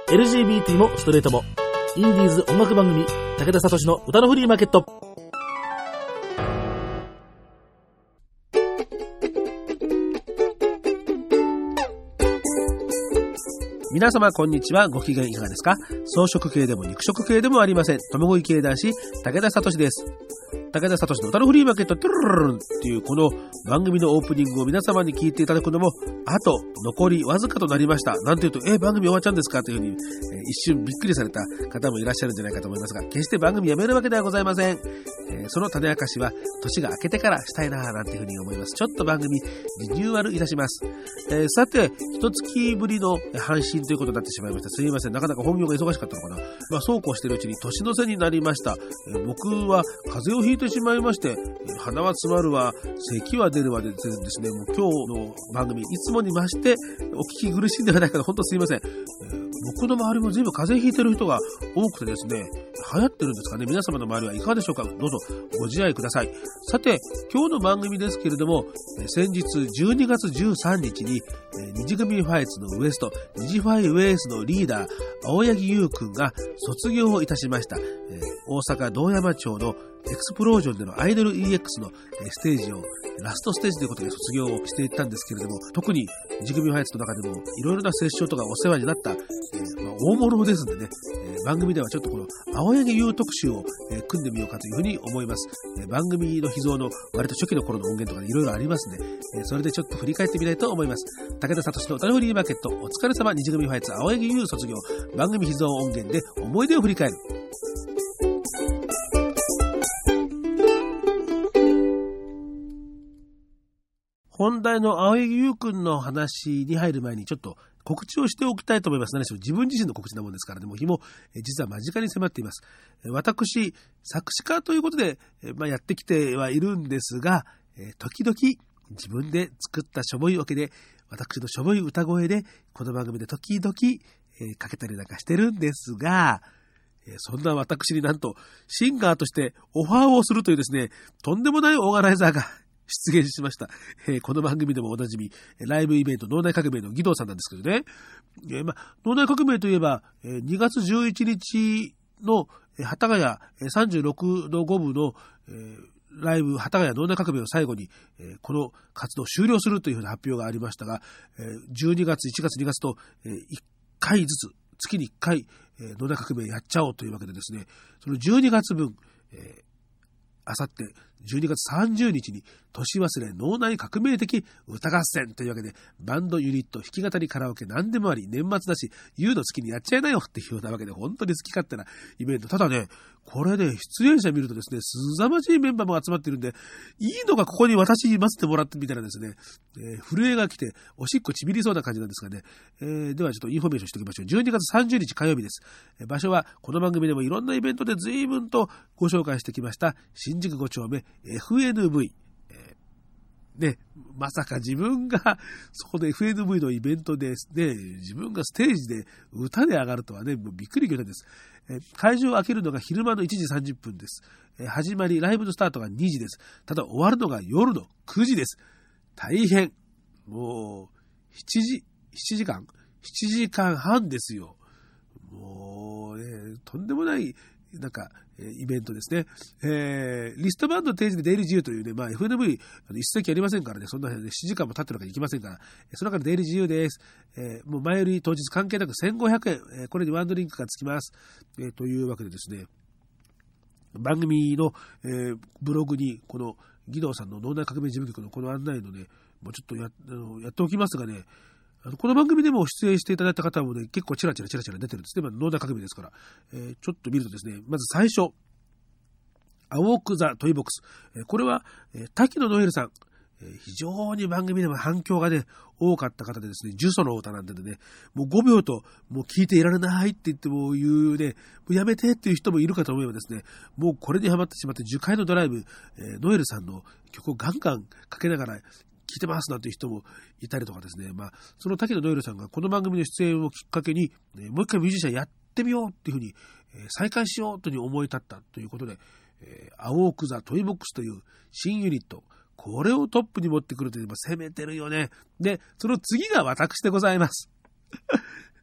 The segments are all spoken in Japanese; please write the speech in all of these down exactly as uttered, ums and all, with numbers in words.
エルジービーティー もストレートも。インディーズ音楽番組、武田聡の歌のフリーマーケット。 皆様こんにちは。ご機嫌いかがですか？草食系でも肉食系でもありません。共食い系男子武田聡です。武田聡の歌のフリーマーケットトゥルルルルンっていうこの番組のオープニングを皆様に聞いていただくのもあと残りわずかとなりました。なんていうと、え番組終わっちゃうんですかというふうに、えー、一瞬びっくりされた方もいらっしゃるんじゃないかと思いますが、決して番組やめるわけではございません。えー、その種明かしは年が明けてからしたいななんていうふうに思います。ちょっと番組リニューアルいたします。えー、さて一月ぶりの配信ということになってしまいました。すいません、なかなか本業が忙しかったのかな。まあそうこうしているうちに年の瀬になりました。えー、僕は風邪をひいてしまいまして、鼻は詰まるわ、咳は出るわでですね、もう今日の番組いつもに増してお聞き苦しいんではないかと、本当すいません。えー、僕の周りも随分風邪ひいてる人が多くてですね、流行ってるんですかね。皆様の周りはいかがでしょうか。どうぞご自愛ください。さて今日の番組ですけれども、先日じゅうにがつじゅうさんにちに二次組ファイツのウエスト、二次ファイウェイスのリーダー青柳優くんが卒業をいたしました。えー、大阪道山町のエクスプロージョンでのアイドル イーエックス のステージをラストステージということで卒業をしていったんですけれども、特に二次組ファイツの中でもいろいろなセッションとかお世話になった、えーまあ、大物ですんでね、えー、番組ではちょっとこの青柳優特集を、えー、組んでみようかというふうに思います。えー、番組の秘蔵の割と初期の頃の音源とかいろいろありますので、えー、それでちょっと振り返ってみたいと思います。武田聡の歌のフリーマーケット、お疲れ様。二次組ファイツ青柳優卒業、番組秘蔵音源で思い出を振り返る。本題の青柳優くんの話に入る前にちょっと告知をしておきたいと思います。何しろ自分自身の告知なもんですからね、もう日も実は間近に迫っています。私、作詞家ということで、まあ、やってきてはいるんですが、時々自分で作ったしょぼいオケで、私のしょぼい歌声で、この番組で時々、えー、かけたりなんかしてるんですが、えー、そんな私になんとシンガーとしてオファーをするというですね、とんでもないオーガナイザーが出現しました。えー、この番組でもおなじみ、ライブイベント脳内革命の義堂さんなんですけどね。えーま、脳内革命といえば、えー、にがつじゅういちにちの幡ヶ谷さんじゅうろくどごぶの、えーライブ幡ヶ谷脳内革命を最後に、えー、この活動を終了するというふうな発表がありましたが、えー、じゅうにがつ、いちがつ、にがつと、えー、いっかいずつ、月にいっかい、えー、脳内革命やっちゃおうというわけでですね、そのじゅうにがつぶん、えー、あさってじゅうにがつさんじゅうにちに年忘れ脳内革命的歌合戦というわけで、バンドユニット弾き語りカラオケ何でもあり、年末だしユーの月にやっちゃいなよっていうようなわけで、本当に好き勝手なイベント。ただね、これで出演者見るとですね、すざまじいメンバーも集まっているんで、いいのがここに私に待ってもらってみたいなですね、えー、震えが来ておしっこちびりそうな感じなんですがね、えー、ではちょっとインフォメーションしておきましょう。じゅうにがつさんじゅうにち火曜日です。えー、場所はこの番組でもいろんなイベントで随分とご紹介してきました新宿ご丁目 エフエヌブイ、えー、ね、まさか自分がそこで エフエヌブイ のイベントで、ね、自分がステージで歌で上がるとはね、もうびっくり仰天です。えー、会場を開けるのが昼間のいちじさんじゅっぷんです。えー、始まりライブのスタートがにじです。ただ終わるのが夜のくじです。大変。もうしちじ、しちじかん、ななじかんはんですよ。もう、ね、とんでもないなんか、えー、イベントですね。えー、リストバンド提示で出入り自由というね、まあ エフエヌブイ 一席ありませんからね、そんな、ね、しちじかんも経ってるわけにいきませんから、その中で出入り自由です。えー、もう前売り当日関係なくせんごひゃくえん、えー、これにワンドリンクがつきます。えー、というわけでですね、番組の、えー、ブログにこの義堂さんの脳内革命事務局のこの案内のね、もうちょっと や, あのやっておきますがね、あのこの番組でも出演していただいた方もね、結構チラチラチラチラ出てるんですね。脳内革命ですから、えー、ちょっと見るとですね、まず最初、青奥ザトイボックス、えー、これは、えー、滝野ノエルさん、えー、非常に番組でも反響がね多かった方でですね、呪詛の歌なんでね、もうごびょうともう聞いていられないって言っても言うね、もうやめてっていう人もいるかと思えばですね、もうこれにハマってしまってじゅっかいのドライブ、えー、ノエルさんの曲をガンガンかけながら聞いてますなんていう人もいたりとかですね、まあその滝野ノエルさんがこの番組の出演をきっかけに、えー、もう一回ミュージシャンやってみようっていうふうに、えー、再開しようというふうに思い立ったということで、えー、青奥ザトイボックスという新ユニット、これをトップに持ってくるという、攻めてるよね。で、その次が私でございます。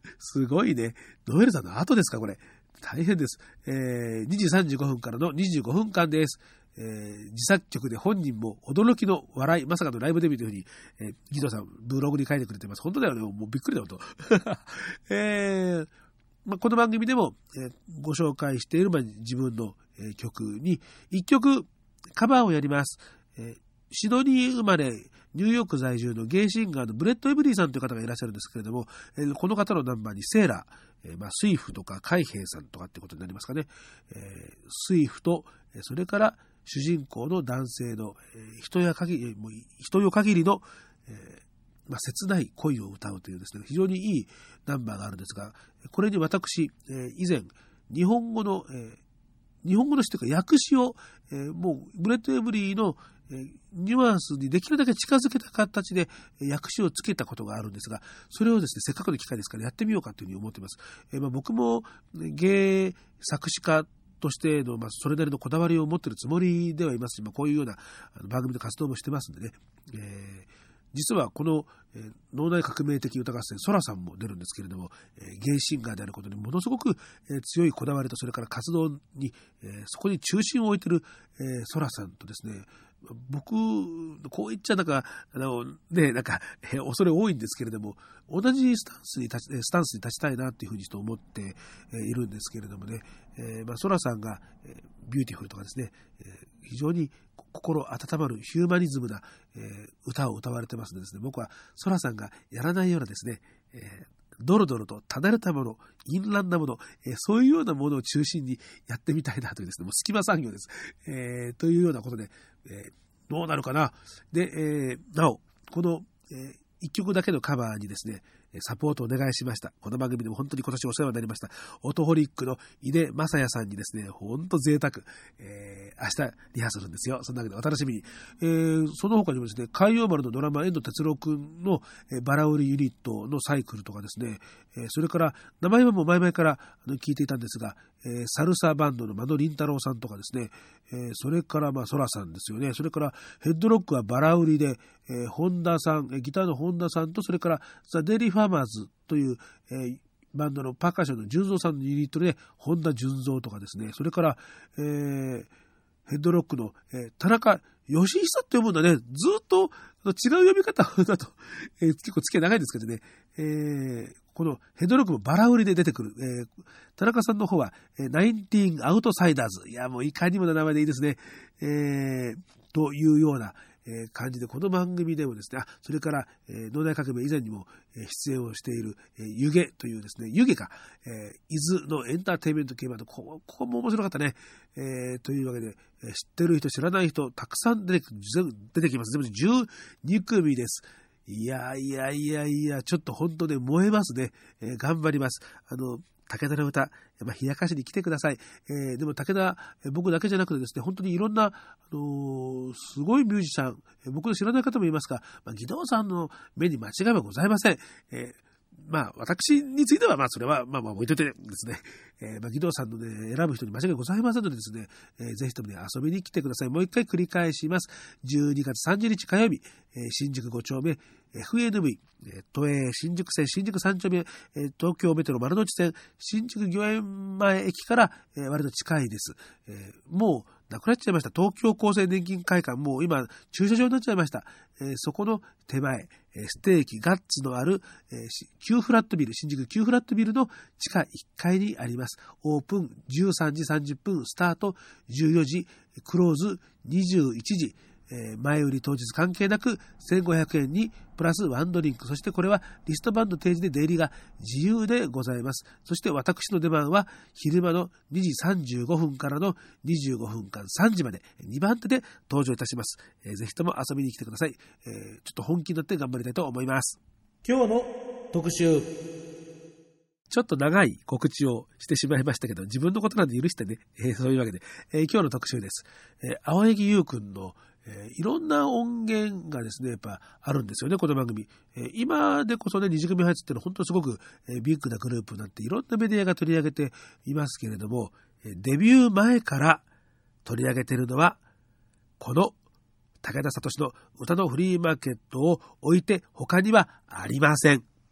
すごいね。ノエルさんの後ですか、これ。大変です。えー、にじさんじゅうごふんからのにじゅうごふんかんです。えー、自作曲で本人も驚きの笑い、まさかのライブデビューというふうに、えー、ギドさんブログに書いてくれてます。本当だよね。もうびっくりだよと。えーまあ、この番組でも、えー、ご紹介している、まあ、自分の、えー、曲にいっきょくカバーをやります。えー、シドニー生まれ、ニューヨーク在住のゲイシンガーのブレッド・エブリーさんという方がいらっしゃるんですけれども、えー、この方のナンバーにセーラー、えーまあ、スイフとか海兵さんとかってことになりますかね。えー、スイフと、それから主人公の男性の、えー、人や限り、もう人よ限りの、えーまあ、切ない恋を歌うというですね、非常にいいナンバーがあるんですが、これに私、えー、以前、日本語の、えー、日本語の詩というか訳詩を、えー、もうブレッド・エブリーのニュアンスにできるだけ近づけた形で訳詞をつけたことがあるんですが、それをですね、せっかくの機会ですからやってみようかというふうに思っています。えーまあ、僕も芸作詞家としての、まあ、それなりのこだわりを持っているつもりではいますし、まあ、こういうような番組で活動もしてますんでね、えー、実はこの、えー、脳内革命的歌合戦、ソラさんも出るんですけれども、えー、ゲイシンガーであることにものすごく、えー、強いこだわりと、それから活動に、えー、そこに中心を置いている、えー、ソラさんとですね、僕、こう言っちゃなんか、あの、ね、なんか、えー、恐れ多いんですけれども、同じスタンスに立ち、スタンスに立ちたいなっていうふうにちょっと思って、えー、いるんですけれどもね、えー、まあ、ソラさんが、えー、ビューティフルとかですね、えー、非常に心温まるヒューマニズムな、えー、歌を歌われてますのでですね、僕はソラさんがやらないようなですね、えードロドロと離れたもの、淫乱なもの、えー、そういうようなものを中心にやってみたいなというですね、もう隙間産業です。えー、というようなことで、えー、どうなるかな。で、えー、なお、この、えー、一曲だけのカバーにですね、サポートをお願いしました。この番組でも本当に今年お世話になりました。オトホリックの井出正也さんにですね、本当贅沢、えー、明日リハするんですよ。そんなわけでお楽しみに。えー、その他にもですね、海洋丸のドラマ、遠藤哲郎くんの、えー、バラ売りユニットのサイクルとかですね、えー、それから名前はもう前々からあの聞いていたんですが、えー、サルサバンドの間野倫太郎さんとかですね、えー、それからまあソラさんですよね。それからヘッドロックはバラ売りで、えー、本田さん、ギターの本田さんと、それからザ・デイリー・ファーマーズという、えー、バンドのパーカッションの純三さんのユニットで、本田純三とかですね、それから、えー、ヘッドロックの、えー、田中義久って読むんだね。ずっと違う読み方だと、えー、結構付き合い長いんですけどね、えー、このヘッドロックもバラ売りで出てくる、えー、田中さんの方は、えー、ナインティーンアウトサイダーズ。いや、もういかにもな名前でいいですね。えー、というような、えー、感じで、この番組でもですね、あ、それから、えー、脳内革命以前にも、えー、出演をしている、えー、湯気というですね、湯気か、えー、伊豆のエンターテインメント系バンド、ここ、ここも面白かったね。えー、というわけで、えー、知ってる人、知らない人、たくさん出て出てきます。全部じゅうにくみです。いやいやいやいや、ちょっと本当ね、燃えますね。えー、頑張ります。あの、武田の歌、まあ、冷やかしに来てください。えー、でも武田、僕だけじゃなくてですね、本当にいろんな、あのー、すごいミュージシャン、僕の知らない方もいますが、まあ、義堂さんの目に間違いはございません。えーまあ、私については、まあ、それは、まあまあ、置いといてですね、えー、まあ、義堂さんのね、選ぶ人に間違いございませんのでですね、えー、ぜひともね、遊びに来てください。もう一回繰り返します。じゅうにがつさんじゅうにち火曜日、えー、新宿ごちょうめ、エフエヌブイ、えー、都営新宿線新宿さんちょうめ、えー、東京メトロ丸の内線、新宿御苑前駅から、えー、割と近いです。えー、もう、なくなっちゃいました。東京厚生年金会館、もう今、駐車場になっちゃいました。えー、そこの手前、ステーキガッツのある、えー、旧フラットビル、新宿旧フラットビルの地下いっかいにあります。オープンじゅうさんじさんじゅっぷん、スタートじゅうよじ、クローズにじゅういちじ。えー、前売り当日関係なくせんごひゃくえんにプラスワンドリンク、そしてこれはリストバンド提示で出入りが自由でございます。そして私の出番は昼間のにじさんじゅうごふんからのにじゅうごふんかんさんじまでにばん手で登場いたします。えー、ぜひとも遊びに来てください。えー、ちょっと本気になって頑張りたいと思います。今日の特集、ちょっと長い告知をしてしまいましたけど、自分のことなんで許してね。えー、そういうわけで、えー、今日の特集です。えー、青柳優くんのえー、いろんな音源がですね、やっぱあるんですよね、この番組。えー、今でこそね、二次組配置っていうのは本当にすごく、えー、ビッグなグループになっていろんなメディアが取り上げていますけれども、えー、デビュー前から取り上げているのは、この武田聡の歌のフリーマーケットを置いて他にはありません。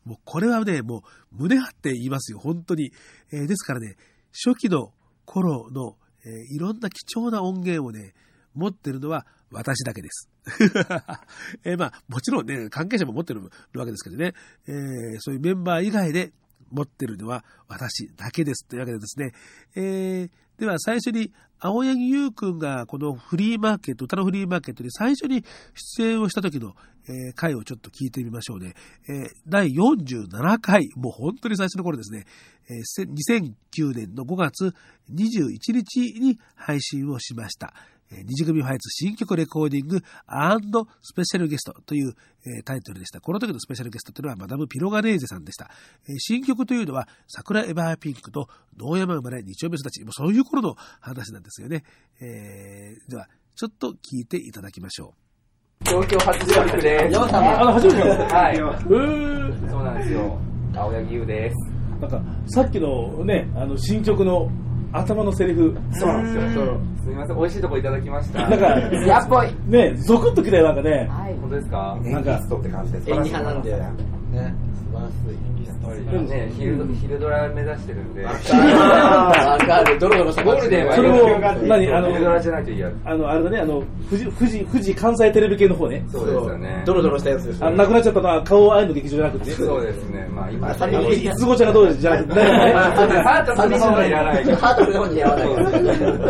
もうこれはね、もう胸張って言いますよ、本当に。えー、ですからね、初期の頃の、えー、いろんな貴重な音源をね、持ってるのは私だけです。えー、まあ、もちろんね、関係者も持ってるわけですけどね、えー、そういうメンバー以外で持ってるのは私だけですというわけでですね、えー、では最初に青柳優くんがこのフリーマーケット、歌のフリーマーケットに最初に出演をした時の、えー、回をちょっと聞いてみましょうね。えー、だいよんじゅうななかい、もう本当に最初の頃ですね、えー、にせんきゅうねんのごがつにじゅういちにちに配信をしました。二次組ファイツ新曲レコーディング&スペシャルゲストという、えー、タイトルでした。この時のスペシャルゲストというのはマダム・ピロガネーゼさんでした。えー、新曲というのは桜エバーピンクと堂山生まれ二丁目育ち、もうそういう頃の話なんですよね。えー、ではちょっと聞いていただきましょう。東京初上陸です。 あの初めてはい。 うーそうなんですよ。青柳優です。 なんかさっきのね、あの新曲の頭のセリフ。 そうなんですよ。すみません、美味しいとこいただきました。 なんか、 やっぽい。 ね、ゾクッときたよ、なんかね。 はい。本当ですか？ なんか、 演技派なんで。ね、素晴らしい。やっぱりね、昼昼ドラ目指してるんで。あかる、ドロドロしたゴールデンは。 それも、何、あの、 昼ドラじゃないといいや。 あの、あれだね、あの、富士、富士、富士関西テレビ系の方ね。 そうですよね。 ドロドロしたやつです。 あ、なくなっちゃったのは、顔愛の劇場じゃなくて。 そうですね。まあ、今、 あの、いつごちゃがどうじゃなくて。 ハートの方がいらない。 ハートの方にやらない。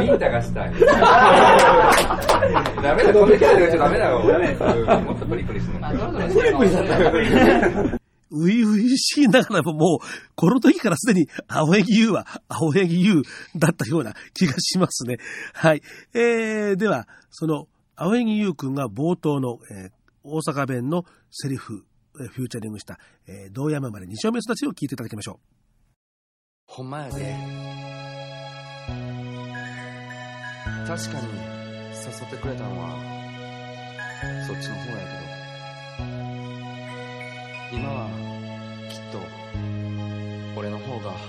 ビンタがしたい。ダメだ、このキャラで言っちゃダメだよ。もっとプリプリしない。 プリプリだった。 ういう々しいながらももう、この時からすでに青柳優は青柳優だったような気がしますね。はい。えー、では、その青柳優くんが冒頭の、えー、大阪弁のセリフ、えー、フューチャリングした、えー、堂山生まれ二丁目育ちを聞いていただきましょう。 ほんまやで。確かに誘ってくれたのはそっちの方やけど、今はきっと俺の方が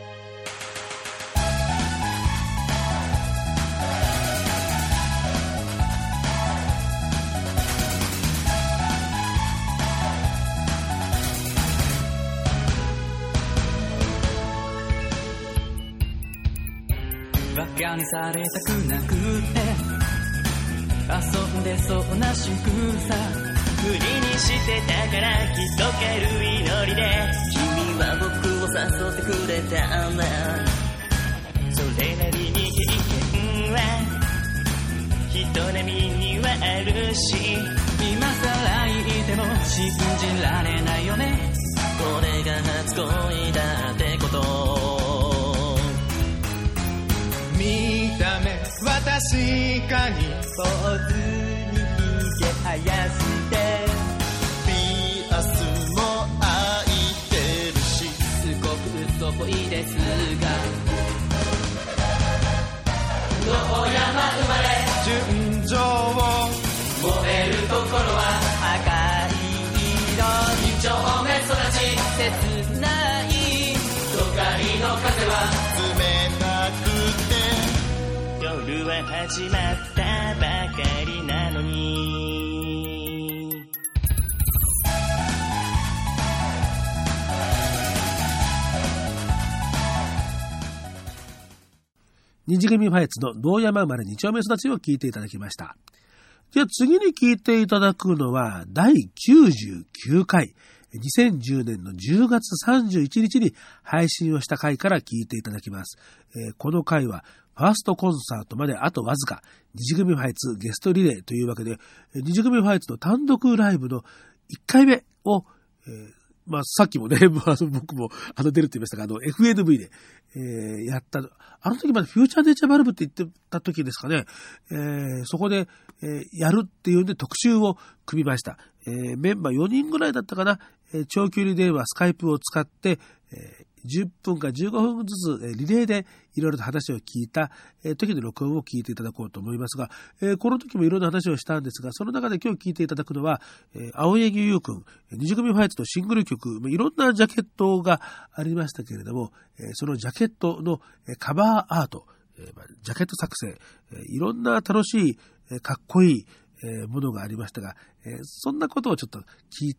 バカにされたくなくて遊んでそうな仕草無理にしてたからきっと軽いノリで君は僕を誘ってくれたんだ。それなりに経験は人並みにはあるし今さら言っても信じられないよね。これが初恋だってこと。 見た目は確かに坊主にひげ生やしてピアスも開いてるしすごく嘘っぽいですが堂山生まれ純情燃えるところは赤い色二丁目育ち切ない都会の風は冷たくて夜は始まったばかりなのに。 二次組ファイツの堂山生まれ二丁目育ちを聞いていただきました。じゃあ次に聞いていただくのはだいきゅうじゅうきゅうかい。にせんじゅうねんのじゅうがつさんじゅういちにちに配信をした回から聞いていただきます。えー、この回はファーストコンサートまであとわずか、二次組ファイツゲストリレーというわけで、二次組ファイツの単独ライブのいっかいめを、えーまあ、さっきもね、僕もあの出るって言いましたが、あの エフエヌブイ で、えー、やった、あの時までフューチャーネイチャーバルブって言ってた時ですかね、えー、そこで、えー、やるっていうんで特集を組みました。えー、メンバーよにんぐらいだったかな、えー、長距離電話、スカイプを使って、えーじゅっぷんかじゅうごふんずつリレーでいろいろと話を聞いた時の録音を聞いていただこうと思いますが、この時もいろんな話をしたんですが、その中で今日聞いていただくのは青柳優くん二次組ファイツのシングル曲、いろんなジャケットがありましたけれども、そのジャケットのカバーアート、ジャケット作成、いろんな楽しいかっこいいものがありましたが、そんなことをちょっと聞いた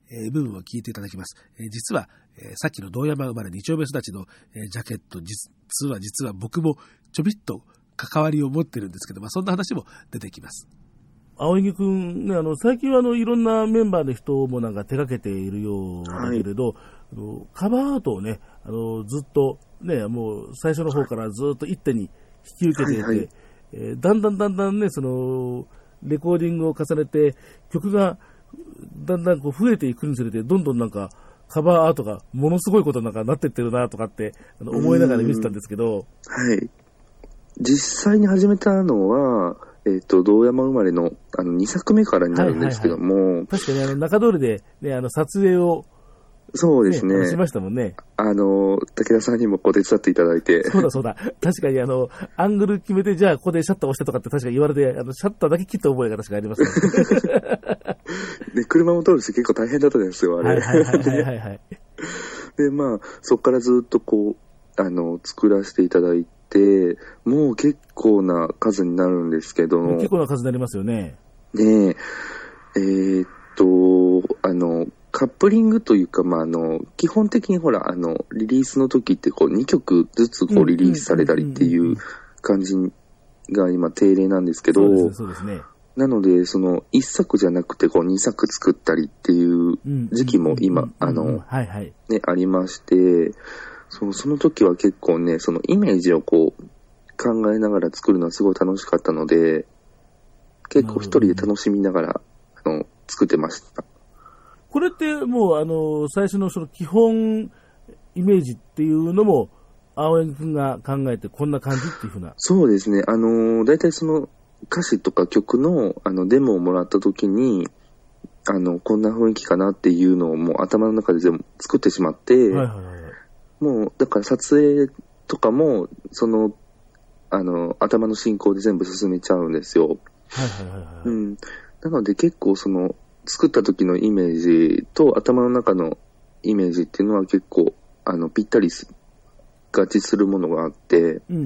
えー、部分を聞いていただきます。えー、実は、えー、さっきの堂山生まれ二丁目育ちの、えー、ジャケット、実は実は僕もちょびっと関わりを持ってるんですけど、まあ、そんな話も出てきます。 青柳くん、ね、あの最近はあのいろんなメンバーの人もなんか手掛けているようだけれど、はい、あのカバーアートをね、あのずっとね、もう最初の方からずっと一手に引き受けていて、はいはい、えー、だんだんだんだんね、そのレコーディングを重ねて曲がだんだんこう増えていくにつれて、どんどんなんかカバーアートがものすごいことになんかなってってるなとかってあの思いながら見てたんですけど、 はい、実際に始めたのは、えー、と堂山生まれ の, あのにさくめからになるんですけども、はいはいはい、 確かにあの中通りで、ね、あの撮影を、 そうですね、 しましたもんね。 あの武田さんにもこう手伝っていただいて、 そうだそうだ、確かにあのアングル決めて、じゃあここでシャッター押してとかって確か言われて、あのシャッターだけ切った覚えが確かありますね。 で車も通るし結構大変だったんですよ、あれ。はいはいはいはいはい。でまあそこからずっとこうあの作らせていただいて、もう結構な数になるんですけど、 結構な数になりますよね。 でえー、っとあのカップリングというか、まあ、あの基本的にほらあのリリースの時ってこうにきょくずつこうリリースされたりっていう感じが今定例なんですけど、そうです、そうですね。なのでそのいっさくじゃなくてこうにさく作ったりっていう時期も今あのねありまして、そう、その時は結構ね、そのイメージをこう考えながら作るのはすごい楽しかったので、結構一人で楽しみながらあの作ってました。 これってもうあの最初のその基本イメージっていうのも青柳くんが考えてこんな感じっていうふうな。 そうですね。あのだいたいその歌詞とか曲のあのデモをもらった時に、あのこんな雰囲気かなっていうのをもう頭の中で全部作ってしまって。はいはいはい、もうだから撮影とかもそのあの頭の進行で全部進めちゃうんですよ。はいはいはいはい。うん。なので結構その作った時のイメージと頭の中のイメージっていうのは結構あのぴったり合致するものがあって、うんうんうんうん、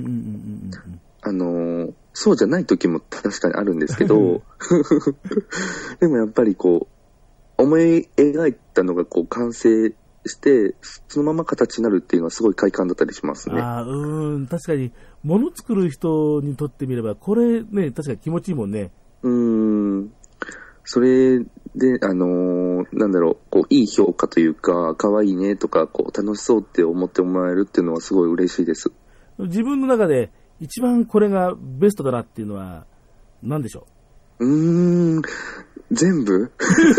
あのそうじゃない時も確かにあるんですけど、でもやっぱりこう思い描いたのがこう完成してそのまま形になるっていうのはすごい快感だったりしますね。 あ、うん、確かに物作る人にとってみればこれね、確かに気持ちいいもんね。 うーん、それであのー、なんだろう、こういい評価というか可愛いねとかこう楽しそうって思ってもらえるっていうのはすごい嬉しいです。 自分の中で一番これがベストだなっていうのは何でしょう？うーん、全部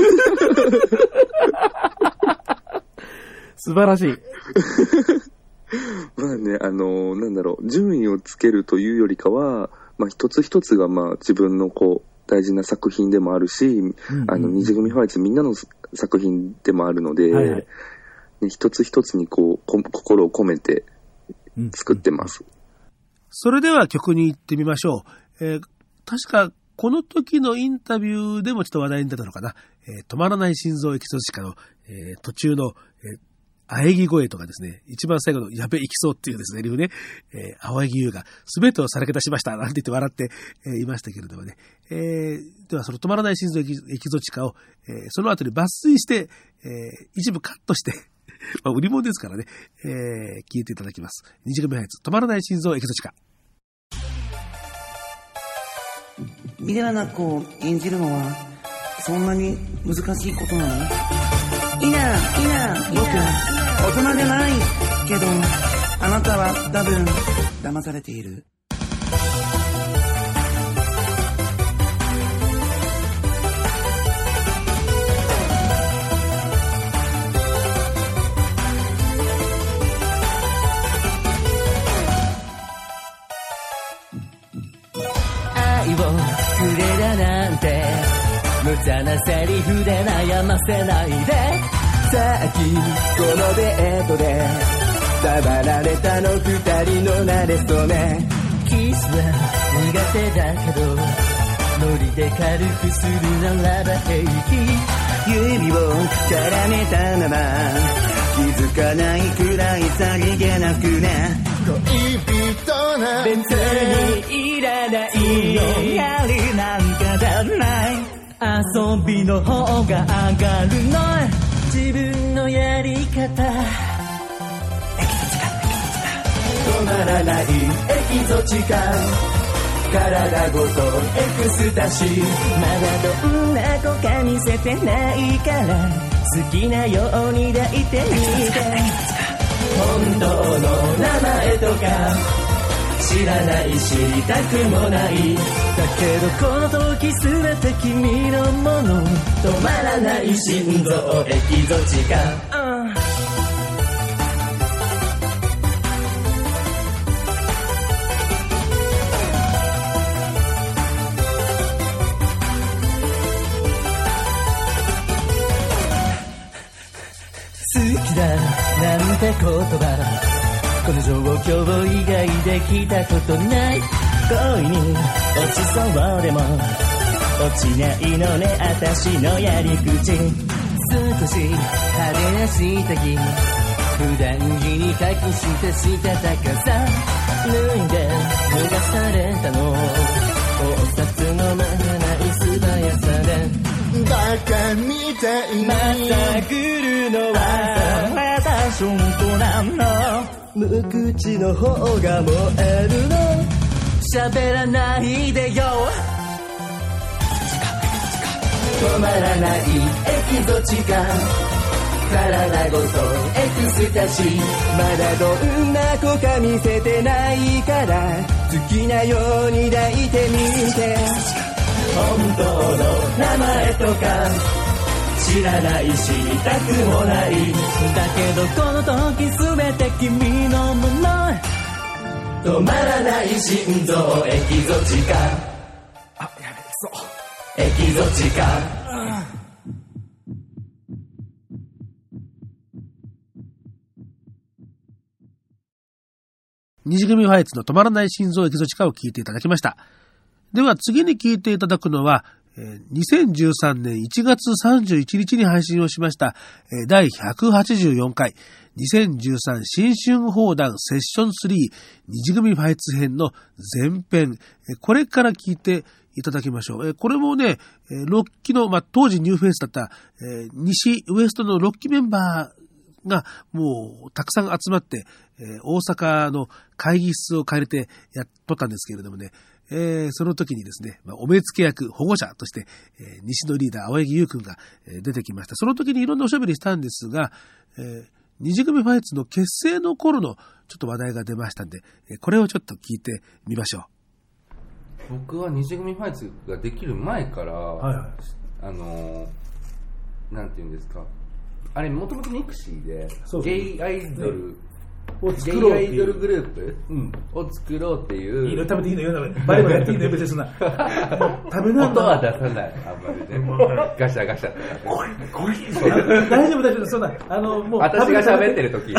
素晴らしい。 まあね、あのー、なんだろう、順位をつけるというよりかは、まあ、一つ一つがまあ自分のこう大事な作品でもあるし、うんうん、あの二次組ファイツみんなの作品でもあるので、はいはい、ね、一つ一つにこうこ心を込めて作ってます、うんうん。 それでは曲に行ってみましょう。えー、確かこの時のインタビューでもちょっと話題に出たのかな。えー、止まらない心臓エキゾチカの、えー、途中の、えー喘ぎ声とかですね、一番最後のやべ、行きそうっていうですね、セリフね、えー、青柳優が全てをさらけ出しましたなんて言って笑って、えー、いましたけれどもね、えー、ではその止まらない心臓エキゾチカを、えー、その後に抜粋して、えー、一部カットして、まあ、売り物ですからね、えー、聞いていただきます。二次組ハイツ、止まらない心臓エキゾチカ。 ミレラナ子を演じるのはそんなに難しいことなの？いいな、いいな、僕大人じゃないけど、あなたは多分騙されている。 愛をくれだなんて無駄なセリフで悩ませないで、さっきこのデートで触られたの二人の馴れ初め、キスは苦手だけどノリで軽くするならば平気、指を絡めたまま気づかないくらいさりげなくね、恋人なんて別にいらないよ、やりなんかじゃない、遊びの方が上がるの、 自分のやり方止まらないエキゾチカ体ごとエクスタシーまだどんな子か見せてないから好きなように抱いてみて本当の名前とか知らない知りたくもないだけどこの時すべて君のもの止まらない心臓エキゾチカ、uh好きだなんて言葉この状況以外で聞いたことない恋に落ちそうでも落ちないのね私のやり口少し派手な下着普段着に隠したした高さ脱いで脱がされたのお札のままない素早さでバカみたいにまた来るのは私となんの無口の方が燃えるの喋らないでよ止まらないエキゾチカ体ごとエクスタシーまだどんな子か見せてないから好きなように抱いてみて本当の名前とか知らない知りたくもないだけどこの時すべて君のもの止まらない心臓エキゾチカあ、やべそうエキゾチカ、 二次組ファイツの止まらない心臓エキゾチカを聞いていただきました。では次に聞いていただくのは、にせんじゅうさんねんいちがつさんじゅういちにちに配信をしましただいひゃくはちじゅうよんかいにせんじゅうさん新春砲弾セッションスリー二次組ファイツ編の前編、これから聞いていただきましょう。これもね、ろっきの、まあ、当時ニューフェイスだった西ウエストのろっきメンバーがもうたくさん集まって、大阪の会議室を借りてやっとったんですけれどもね、えー、その時にですね、まあ、お目付け役、保護者として、えー、西のリーダー、青柳優くんが、えー、出てきました。その時にいろんなおしゃべりしたんですが、えー、二次組ファイツの結成の頃のちょっと話題が出ましたんで、えー、これをちょっと聞いてみましょう。僕は二次組ファイツができる前から、はいはい、あのー、なんていうんですか、あれもともとミクシーで、ゲイアイドル、ゲイアイドルグループを作ろうっていう、 いいの食べていいのよ、バリバリやっていいのよ、別にそんな食べない音は出さない、あんまりねガシャガシャ大丈夫大丈夫、そんなあのもう私が喋ってる時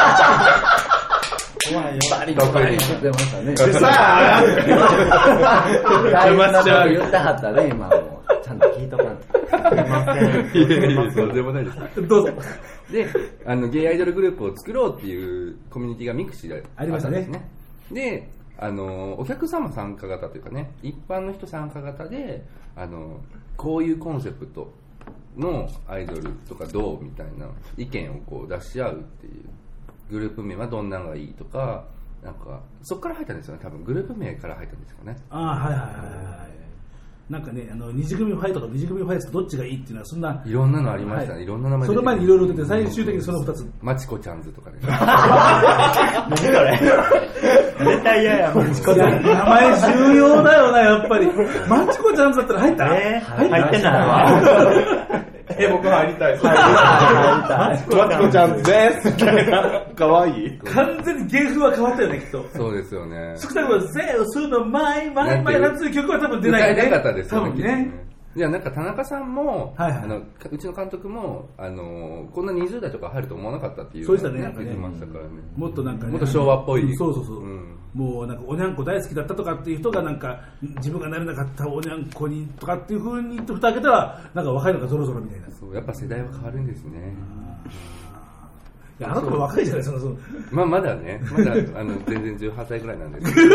怖いよ。バリバリ言ってましたね。 うるさー大変なこと言ってはったね、今も。ちゃんと聞いとかんと。すいません。 いやいや、そうでもないです。 どうぞ。 で、あの、ゲイアイドルグループを作ろうっていうコミュニティがミクシーであったんですね。で、あの、お客様参加型というかね、一般の人参加型で、あの、こういうコンセプトのアイドルとかどうみたいな意見をこう出し合うっていう。グループ名はどんなのがいいとか、なんかそこから入ったんですよね。多分グループ名から入ったんですかね。 ああ、はいはいはいはい。なんかね、あの二次組ファイトと二次組ファイトとどっちがいいっていうのはそんないろんなのありましたね。はい、いろんな名前その前にいろいろ出て最終的にその二つ。 マチコちゃんズとかね。 何それ。絶対嫌や。マチコちゃんズ。 名前重要だよなやっぱり。マチコちゃんズだったら入った？ えー、入ってない。 え、僕入りたいです。入りたい。マチコちゃんです。かわいい。 完全に芸風は変わったよね、きっと。 そうですよね。 少なくとも、ゼウスの前、前、前なんていう曲は多分出ないよね。 歌えなかったですよね。 多分ね。 いや、なんか田中さんも、 はいはい、 あのうちの監督も、あのこんなにじゅう代とか入ると思わなかったっていう、 そうでしたね、なんかね、ましたからね。 もっとなんか、ね、 もっと昭和っぽい、 うん、そうそうそう、うん、もうなんかおにゃんこ大好きだったとかっていう人がなんか自分がなれなかったおにゃんこにとかっていう風に言って蓋開けたらなんか若いのがゾロゾロみたいな。 そうやっぱ世代は変わるんですね。 いやあなたも若いじゃないですか。 まあまだね、まだあの全然じゅうはっさいぐらいなんですけ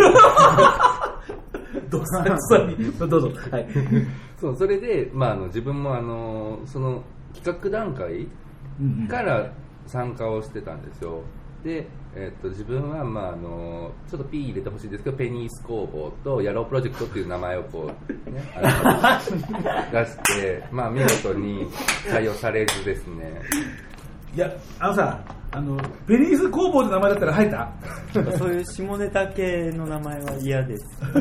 ど。どうぞどうぞ。はい。 そうそれでまああの自分もあのその企画段階から参加をしてたんですよ。で、えー、と自分は、まあ、あのちょっと P 入れてほしいんですけど、ペニース工房とヤロープロジェクトっていう名前をこう、ね、あの出して、まあ、見事に採用されずですね。 いや、あのさ、あのペニース工房って名前だったら入った？ そういう下ネタ系の名前は嫌です。 ダメ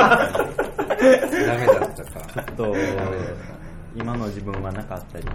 だったか。 ちょっと今の自分はなかったり。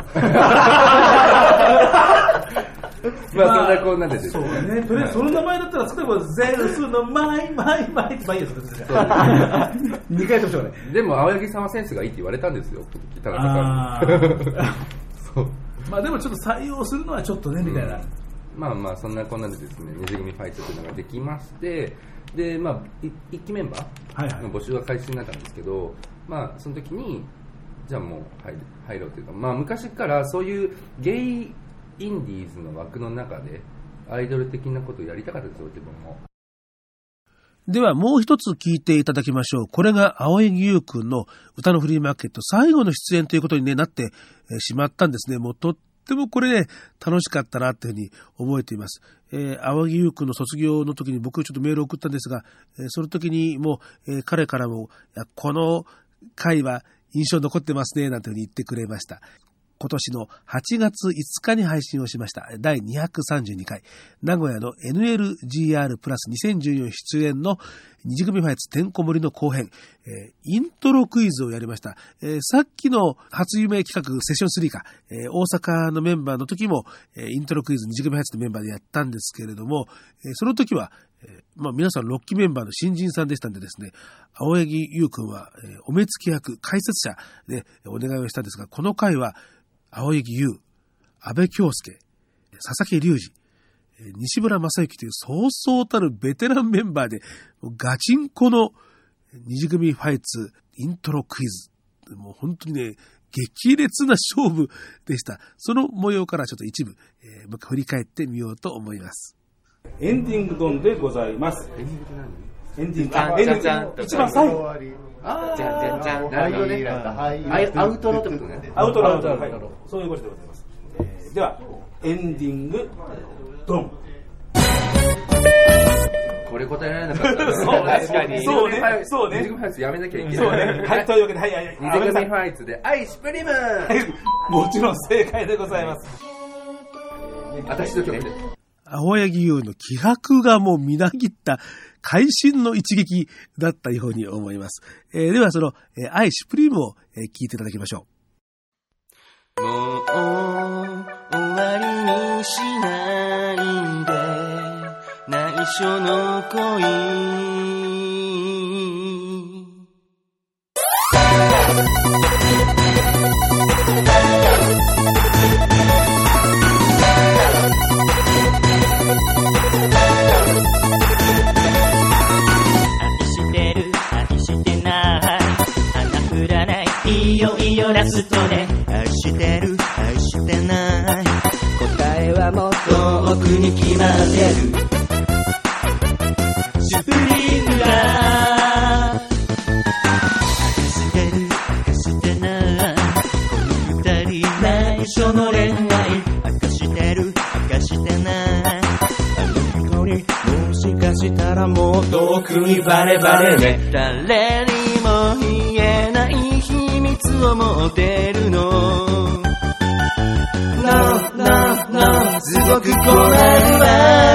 まあ、そんなこんなんでですね。そうね。とりあえずその名前だったら、例えばゼウスのマイマイマイってまあいいです。にかいやってほしいね。 でも青柳さんはセンスがいいって言われたんですよ。田中さんに。 そう。まあでもちょっと採用するのはちょっとね、みたいな。 まあまあそんなこんなでですね、二次組ファイトというのができまして、でまあ一期メンバーの募集が開始になったんですけど、はいはい、まあその時にじゃあもう入る入ろうというか、まあ昔からそういうゲイインディーズの枠の中でアイドル的なことをやりたかったですよ、自分も。 ではもう一つ聞いていただきましょう。これが青柳優くんの歌のフリーマーケット最後の出演ということに、ね、なってしまったんですね。もうとってもこれね、楽しかったなというふうに覚えています。えー、青柳優くんの卒業の時に僕ちょっとメールを送ったんですが、えー、その時にもう、えー、彼からも、いやこの回は印象残ってますね、なんていうふうに言ってくれました。今年のはちがついつかに配信をしましただいにひゃくさんじゅうにかい名古屋の エヌエルジーアール プラスにせんじゅうよん出演の二次組ファイツてんこ盛りの後編、えー、イントロクイズをやりました。えー、さっきの初夢企画セッションスリーか、えー、大阪のメンバーの時も、えー、イントロクイズ二次組ファイツのメンバーでやったんですけれども、えー、その時は、えーまあ、皆さんろっきメンバーの新人さんでしたんでですね、青柳優くんは、えー、お目付け役解説者でお願いをしたんですが、この回は青柳優、安倍京介、佐々木隆二、西村正幸というそうそうたるベテランメンバーでガチンコの二次組ファイツイントロクイズ、もう本当にね激烈な勝負でした。その模様からちょっと一部、えー、もう一回振り返ってみようと思います。エンディングドンでございます。エンディング何？エンディング、あ、エンディング一番最後。 あー、じゃんじゃんじゃん。なるほどね。アウトロってことね。 アウトロ、アウトロ、はい、そういうことでございます。えー、では、エンディング、ドン。 これ答えられなかったら、 そう確かに。そうね。そうね。 二次組ファイツやめなきゃいけない。 そうね。はい、というわけで、はい、はい。 二次組ファイツで、アイスプリムもちろん正解でございます。 私の曲で。 青柳優の気迫がもうみなぎった会心の一撃だったように思います。えー、ではその、えー、アイシュプリームを、えー、聞いていただきましょう。もう終わりにしないで内緒の恋いよいよラストで愛してる愛してない答えはもっと奥に決まってるシュプリームが愛してる愛してないこの二人内緒の恋愛明かしてる明かしてないあの人にもしかしたらもっと奥にバレバレね誰にも言えない秘密を持ってるの No, no, no すごく困るわ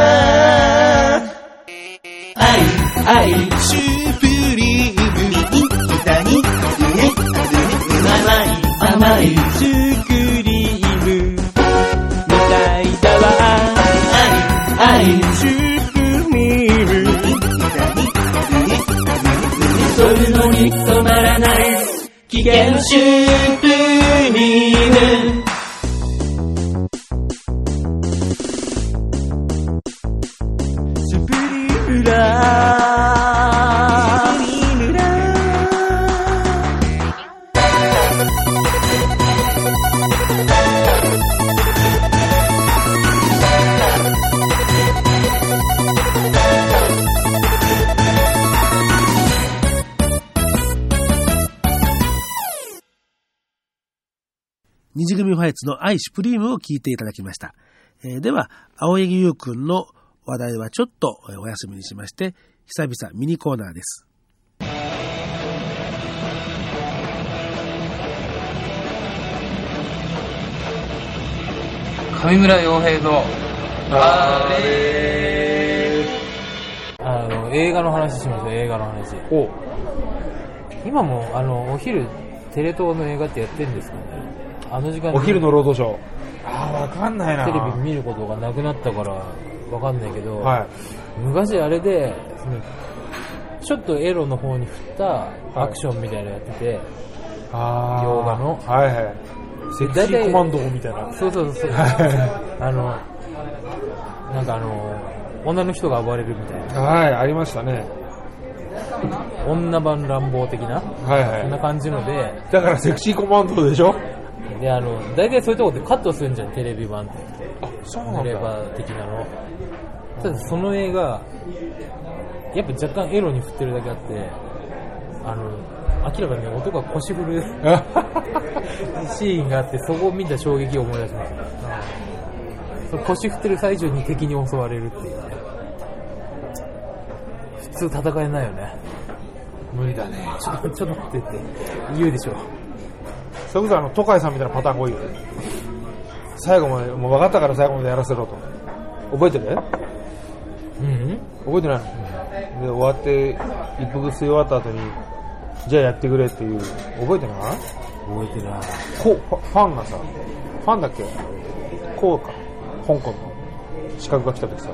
愛、愛シュプリームに歌にね甘い、甘いシュクリームみたいだわ愛、愛シュプリームに歌にねそういうのに止まらない危険シュプリームシュプリームだ二次組ファイツのアイシュプリームを聞いていただきました。えー、では、青柳優くんの話題はちょっとお休みにしまして、久々ミニコーナーです。 上村洋平のあれあの映画の話しますよ。映画の話。お今もあのお昼テレ東の映画ってやってるんですかね。あの時間お昼の労働省。ああ、わかんないな。 テレビ見ることがなくなったからわかんないけど、 はい、 昔あれでそのちょっとエロの方に振ったアクションみたいなのやってて、はい、洋画の。 はいはい。セクシーコマンドみたいな。 そうそうそう。あの、なんかあの、女の人が暴れるみたいな。 はい、ありましたね。 女版乱暴的な、 はいはい。 そんな感じので。 だからセクシーコマンドでしょ。 で、あの、大体そういうところでカットするんじゃん、テレビ版って。 あ、そうなんだ。 レバー的なの。ただその映画、やっぱ若干エロに振ってるだけあって、あの、明らかに男が腰振るシーンがあって、そこを見た衝撃を思い出しました。その腰振ってる最中に敵に襲われるっていうね。普通戦えないよね。 無理だね。 ちょっと、ちょっと待ってって言うでしょ。 それこそあの、トカイさんみたいなパターンが多いよね。最後まで、もう分かったから最後までやらせろと。覚えてる？ うん、 覚えてないの、うん、で、終わって、一服吸い終わった後に、じゃあやってくれっていう、覚えてない？ 覚えてない。 こう、ファンがさ、ファンだっけ？こうか、香港の資格が来た時さ、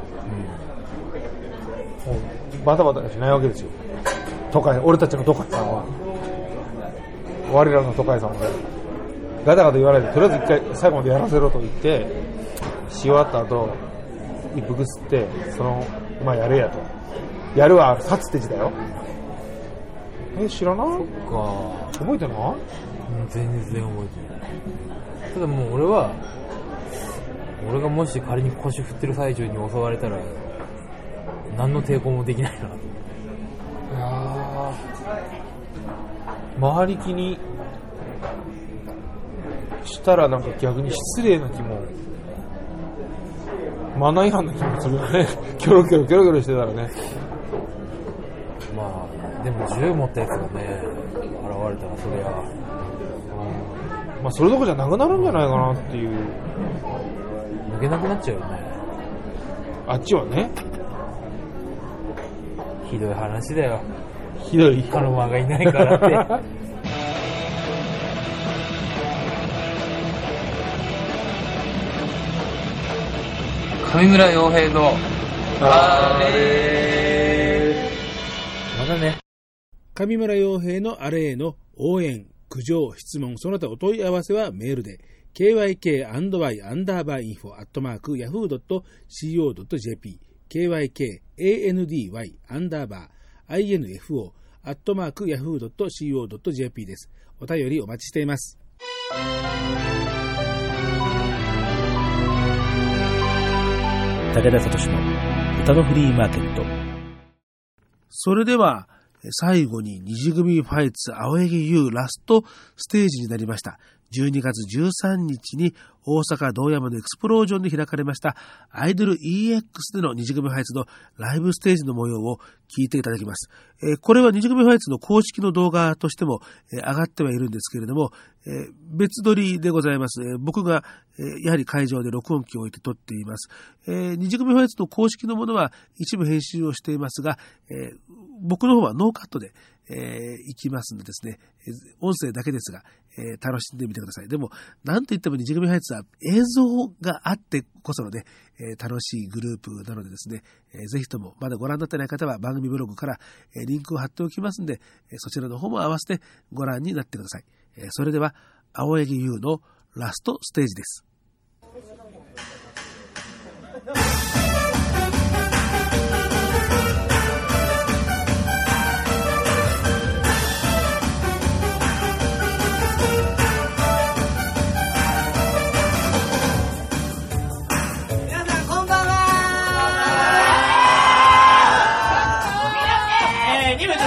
うん、もうバタバタしないわけですよ。都会、俺たちの都会さんは、我らの都会さんは、ガタガタ言わないで、とりあえず一回最後までやらせろと言って、し終わった後、一服吸って、その、まあやれやと。やるは、サツって字だよ。え、知らない？ そっか。 覚えてない？ 全然覚えてない。ただもう俺は、俺がもし仮に腰振ってる最中に襲われたら、何の抵抗もできないな。 いやー、回り気にしたらなんか逆に失礼な気も、マナー違反な気もするよね。キョロキョロキョロキョロしてたらね。 まあでも銃持ったやつがね現れたらそりゃ、 うん、まあそれどころじゃなくなるんじゃないかなっていう。 抜けなくなっちゃうよね。 あっちはね。 ひどい話だよ。 ひどい。 カノマがいないからって。 上村洋平のあれまだね。 上村洋平のあれへの応援、苦情、質問、その他お問い合わせはメールで ケーワイケーアンドワイ アンダーバーインフォアットマークヤフードットシーオードットジェーピー ケーワイケーエーエヌディーワイ アンダーバー アイエヌエフオー アットマークヤフードットシーオードットジェーピー です。お便りお待ちしています。武田聡の歌のフリーマーケット。それでは最後に二次組ファイツ青柳優ラストステージになりました。じゅうにがつじゅうさんにちに大阪道山のエクスプロージョンで開かれましたアイドル イーエックス での二次組ファイツのライブステージの模様を聞いていただきます。えー、これは二次組ファイツの公式の動画としても、えー、上がってはいるんですけれども、えー、別撮りでございます。えー、僕が、えー、やはり会場で録音機を置いて撮っています。えー、二次組ファイツの公式のものは一部編集をしていますが、えー、僕の方はノーカットで、えー、行きますのでですね、音声だけですが、えー、楽しんでみてください。でも、なんといっても二次組ファイツは映像があってこそのね、えー、楽しいグループなのでですね、えー、ぜひともまだご覧になってない方は番組ブログから、えー、リンクを貼っておきますので、えー、そちらの方も合わせてご覧になってください。えー、それでは、青柳優のラストステージです。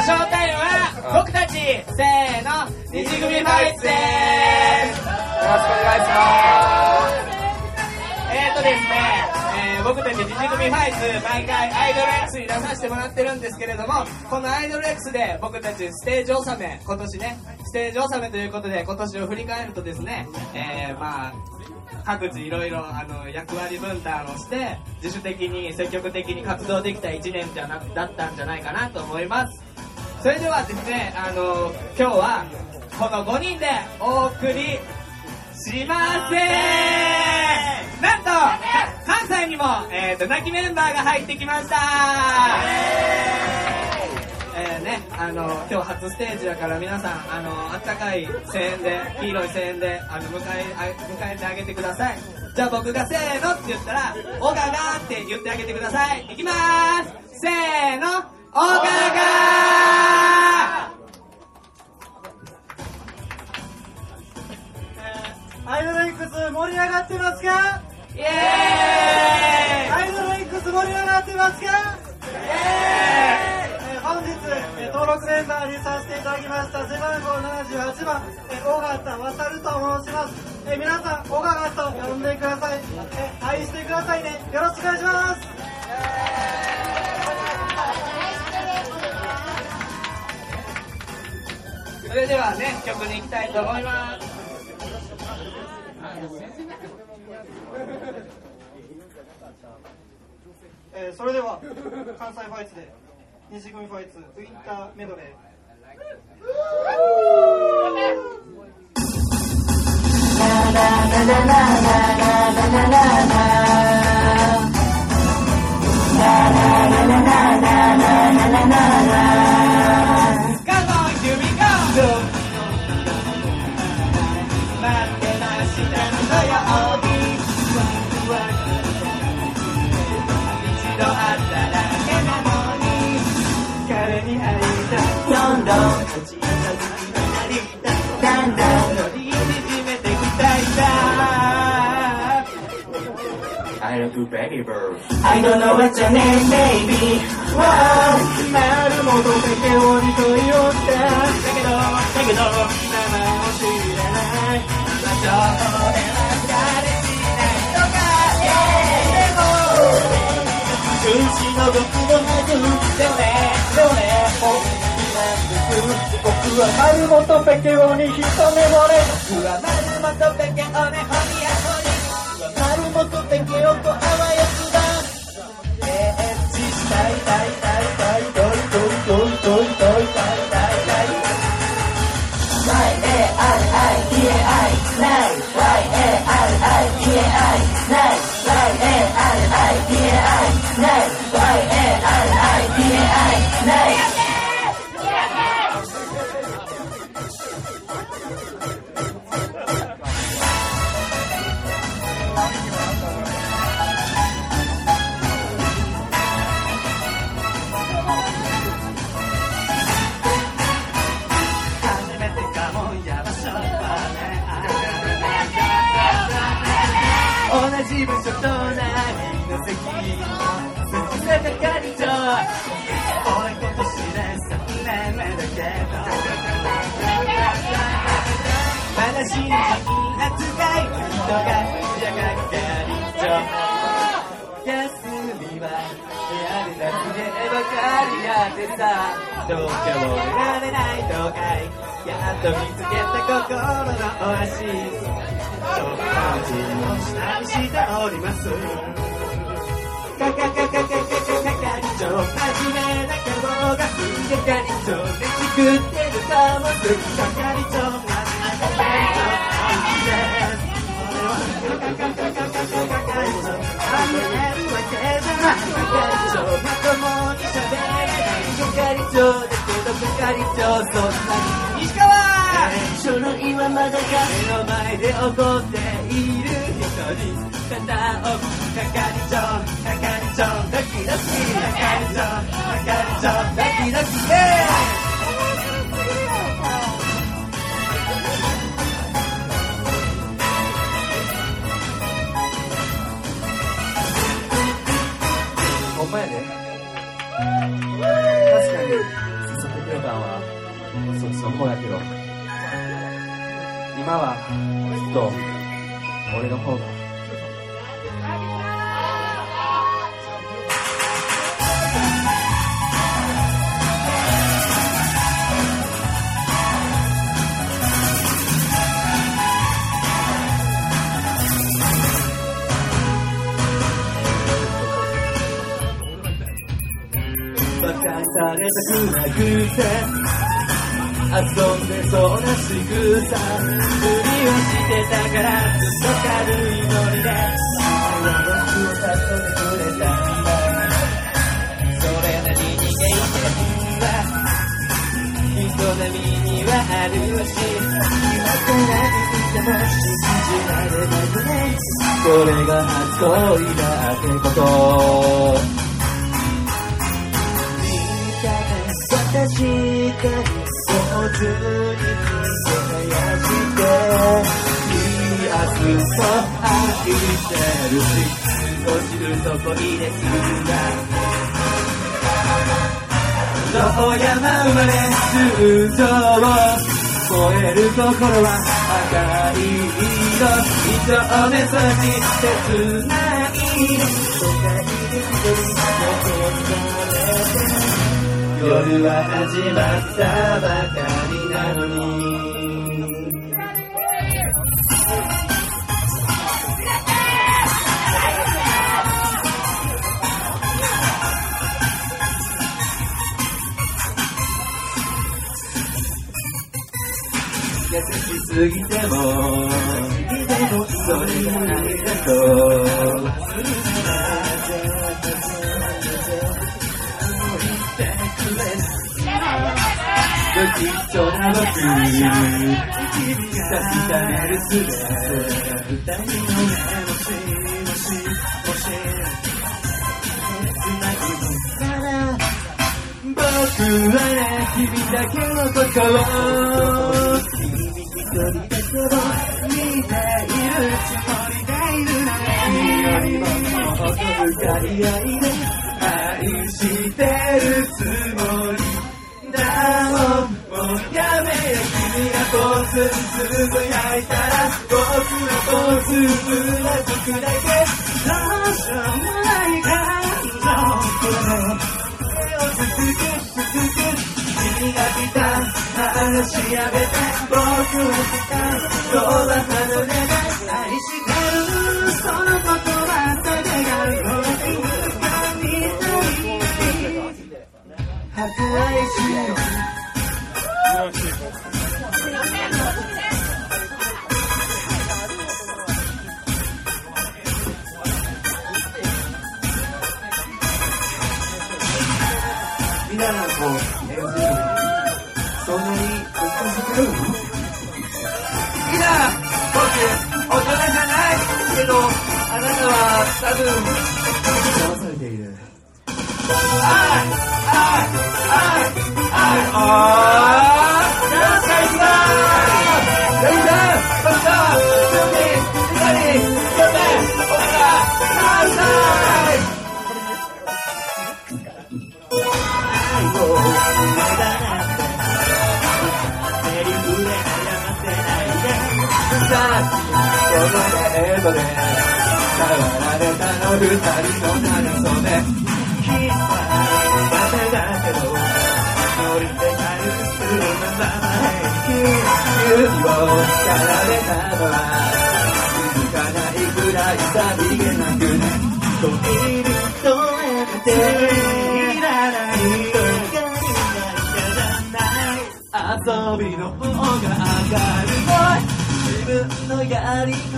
僕たちせーの二次組ファイツでーす。よろしくお願いします。 二組ファイズ毎回アイドル X に出させてもらってるんですけれども、このアイドル X で僕たちステージ納め、今年ねステージ納めということで今年を振り返るとですね、えー、まあ各自いろいろあの役割分担をして自主的に積極的に活動できたいちねんじゃなだったんじゃないかなと思います。それではですね、あの今日はこのごにんでお送りしません。なんと関西にも、えー、と泣きメンバーが入ってきました。えーね、あの今日初ステージだから皆さんあのあったかい声援で黄色い声援であの迎えあ迎えてあげてください。じゃあ僕がせーのって言ったらオガガって言ってあげてください。いきまーす。せーの、オガガアイドル X 盛り上がってますか？ イエーイ。 アイドル X 盛り上がってますか？イエーイ。えー、本日、えー、登録メンバーにさせていただきました背番号ななじゅうはちばん、えー、尾形渉と申します。えー、皆さん尾形と呼んでください。えー、愛してくださいね。よろしくお願いします。 それではね曲に行きたいと思います。 えー、それでは関西ファイツで西組ファイツウィンターメドレー。 I love you, baby bird. I don't know what's your name, baby. Wow. 丸本ペケオに問い寄っただけどだけど名前を知らない場所では誰しないとかでも中止の僕のはずでもねでもね僕は丸本ペケオに一目惚れ僕は丸本ペケオにホニヤホニ丸本ペケオとあわよくばエッチしたいたいたいたいといといといといといたいたいたい ワイエーアールアイティーエーアイ ナイ ワイエーアールアイティーエーアイ ナイ ワイエーアールアイティーエーアイ ナイ ワイエーアールアイティーエーアイ ナイ同じ部署となりの席鈴坂係長俺今年でさんねんめだけど話に扱い人がや係長休みは部屋で夏でばかりやってさ東京も出られないとかいやっと見つけた心のオアシスお下にしておりますカカカカカカカ係長真面目な顔が係長で作ってるかもす係長なんだ係長です俺はカカカカカカ係長あげるわけじゃない係長まともに喋れない係長だけど係長そんなに石川書類はまだか目の前で怒っている人に肩を係長係長ドキドキ係長係長ドキドキほんまやで確かに誘ってくれたんはそっちの方やけど今はきっと俺の方が馬鹿にされたくなくて遊んでそうな仕草無理はしてたからずっと軽いノリで私を誘ってくれたんだそれなりに経験は人並みにはあるし今から見ても信じられなくねこれが初恋だってこと私が上手に輝していい明日も愛してるし少しそこにですが野山生まれ通常を燃える心は赤い色一目そし切ない都会で一人残されて夜は始まったばかりなのに優しすぎてもそれが愛だと不吉祥な僕君が伝えるすべて二人の目もしもしもし繋ぐなら僕はね君だけのことを君一人だけを見ているつもりでいるの君よりももっと深い愛で愛してるつもりもうやめよ君がポーズつぶやいたら僕のポーズぶらつくだけどうしようもない感情これ手をつつくつつく君が来た話やめて僕は来た言葉離れない愛してるその言葉だけが弱い白愛しようみんながこう演じるそんなに美しくるみんな僕大人じゃないけどあなたは多分騙されているああああああ何回来た何だバカ強気左左奥だ何歳愛を無駄なんてセリフで謝ってないでさっきこのデートで触られたの二人のなれそめきっとだけど乗り手軽くするまま指をかられたのは気づかないくらいさりげなくねといるとやめていらないとかになっちゃらない遊びの方が明るい自分のやり方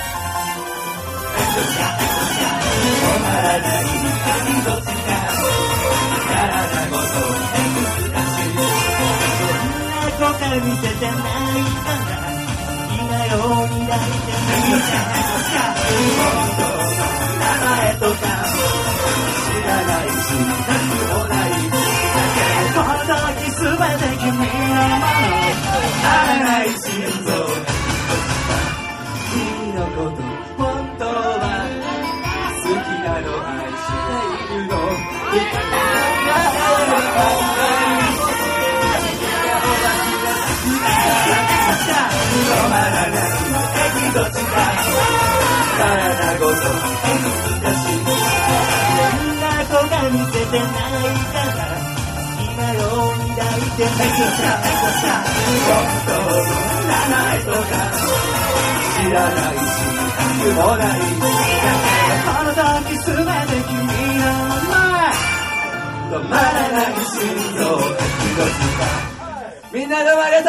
止まらない愛どっちか体ごとエクスタシーそんな子が見せてないから今ように抱いてないじゃ本当の名前とか知らないし何もないだけこの時すべて君のもの荒い心臓が君のこと本当は好きなの愛しているのいかないが俺が止まらない駅どっちか体ごとエクスタシーこんな子が見せてないから今ように抱いてないから本当の名前とか知らないし何もないこの時すべて君の前止まらな心臓をみんなどうもありがとう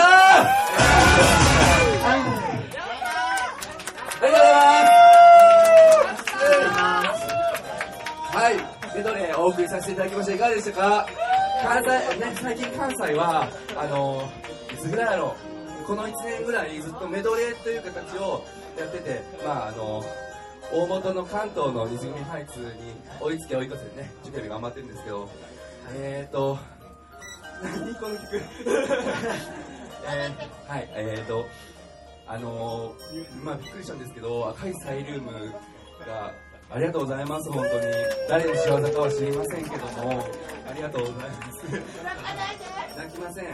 ありがとうございますはい、メドレーお送りさせていただきました。いかがでしたか。関西、ね、最近関西はあのいつぐらいやろう、このいちねんぐらいずっとメドレーという形をやってて、まああの大元の関東の西組ハイツに追いつけ追い越せね、受験日頑張ってるんですけど、えーと何この曲えー、はい、えーとあのー、まあびっくりしたんですけど、赤いサイルームがありがとうございます。本当に誰の仕業かは知りませんけども、ありがとうございます泣きません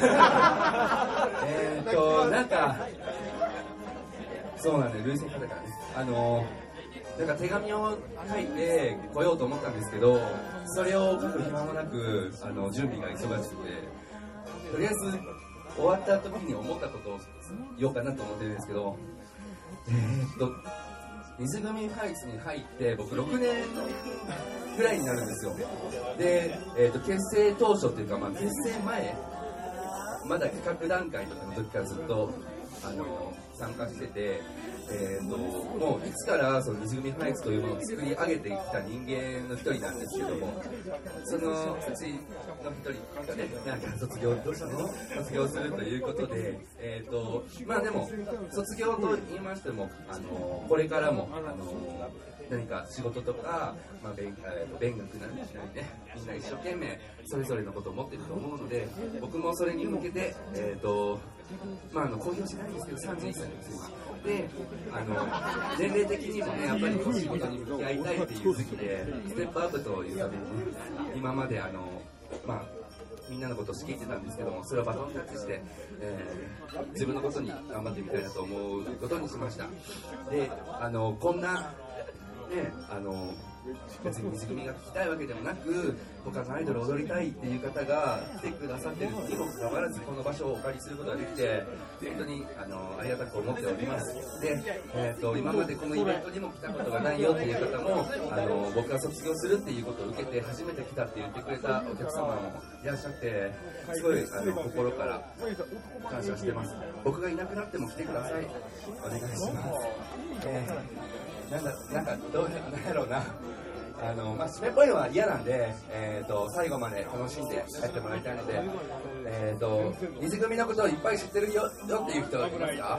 えーとなんかそうなんで、累積だからね、あのなんか手紙を書いて来ようと思ったんですけど、それを書く暇もなく、あの準備が忙しくて、とりあえず終わった時に思ったことを言おうかなと思ってるんですけど、えー、っと水組ハイツに入って僕ろくねんぐらいになるんですよ。で、えー、っと結成当初っていうか、まあ、結成前まだ企画段階とかの時からずっとあの参加してて、えー、ともういつからその水組ハイツというものを作り上げてきた人間の一人なんですけども、そのうちの一人がね、なんか卒業どうしたの卒業するということで、えー、とまあでも卒業と言いましても、あのこれからもあの何か仕事とか、まあ、勉, 勉学なりね、みんな一生懸命それぞれのことを持っていると思うので、僕もそれに向けて、えーとまあ、あの公表しないんですけどさんじゅういっさいなんですよ。で、あの年齢的にもね、やっぱり仕事に向き合いたいっていう時期でステップアップというためにね、今まであの、まあ、みんなのことを仕切ってたんですけども、それをバトンタッチして、えー、自分のことに頑張ってみたいなと思うことにしました。で、あのこんなね、あの別に水組が聞きたいわけでもなく、他のアイドルを踊りたいっていう方が来てくださっているにもかかわらず、この場所をお借りすることができて本当にあのありがたく思っております。で、えー、と今までこのイベントにも来たことがないよっていう方も、あの僕が卒業するっていうことを受けて初めて来たって言ってくれたお客様もいらっしゃって、すごいあの心から感謝してます。僕がいなくなっても来てください。お願いします。えー、なんだなんかどうなんやろうな、あのまあ、締めっぽいのは嫌なんで、えー、と最後まで楽しんで帰ってもらいたいので、えー、と水組のことをいっぱい知ってるよよっていう人いますか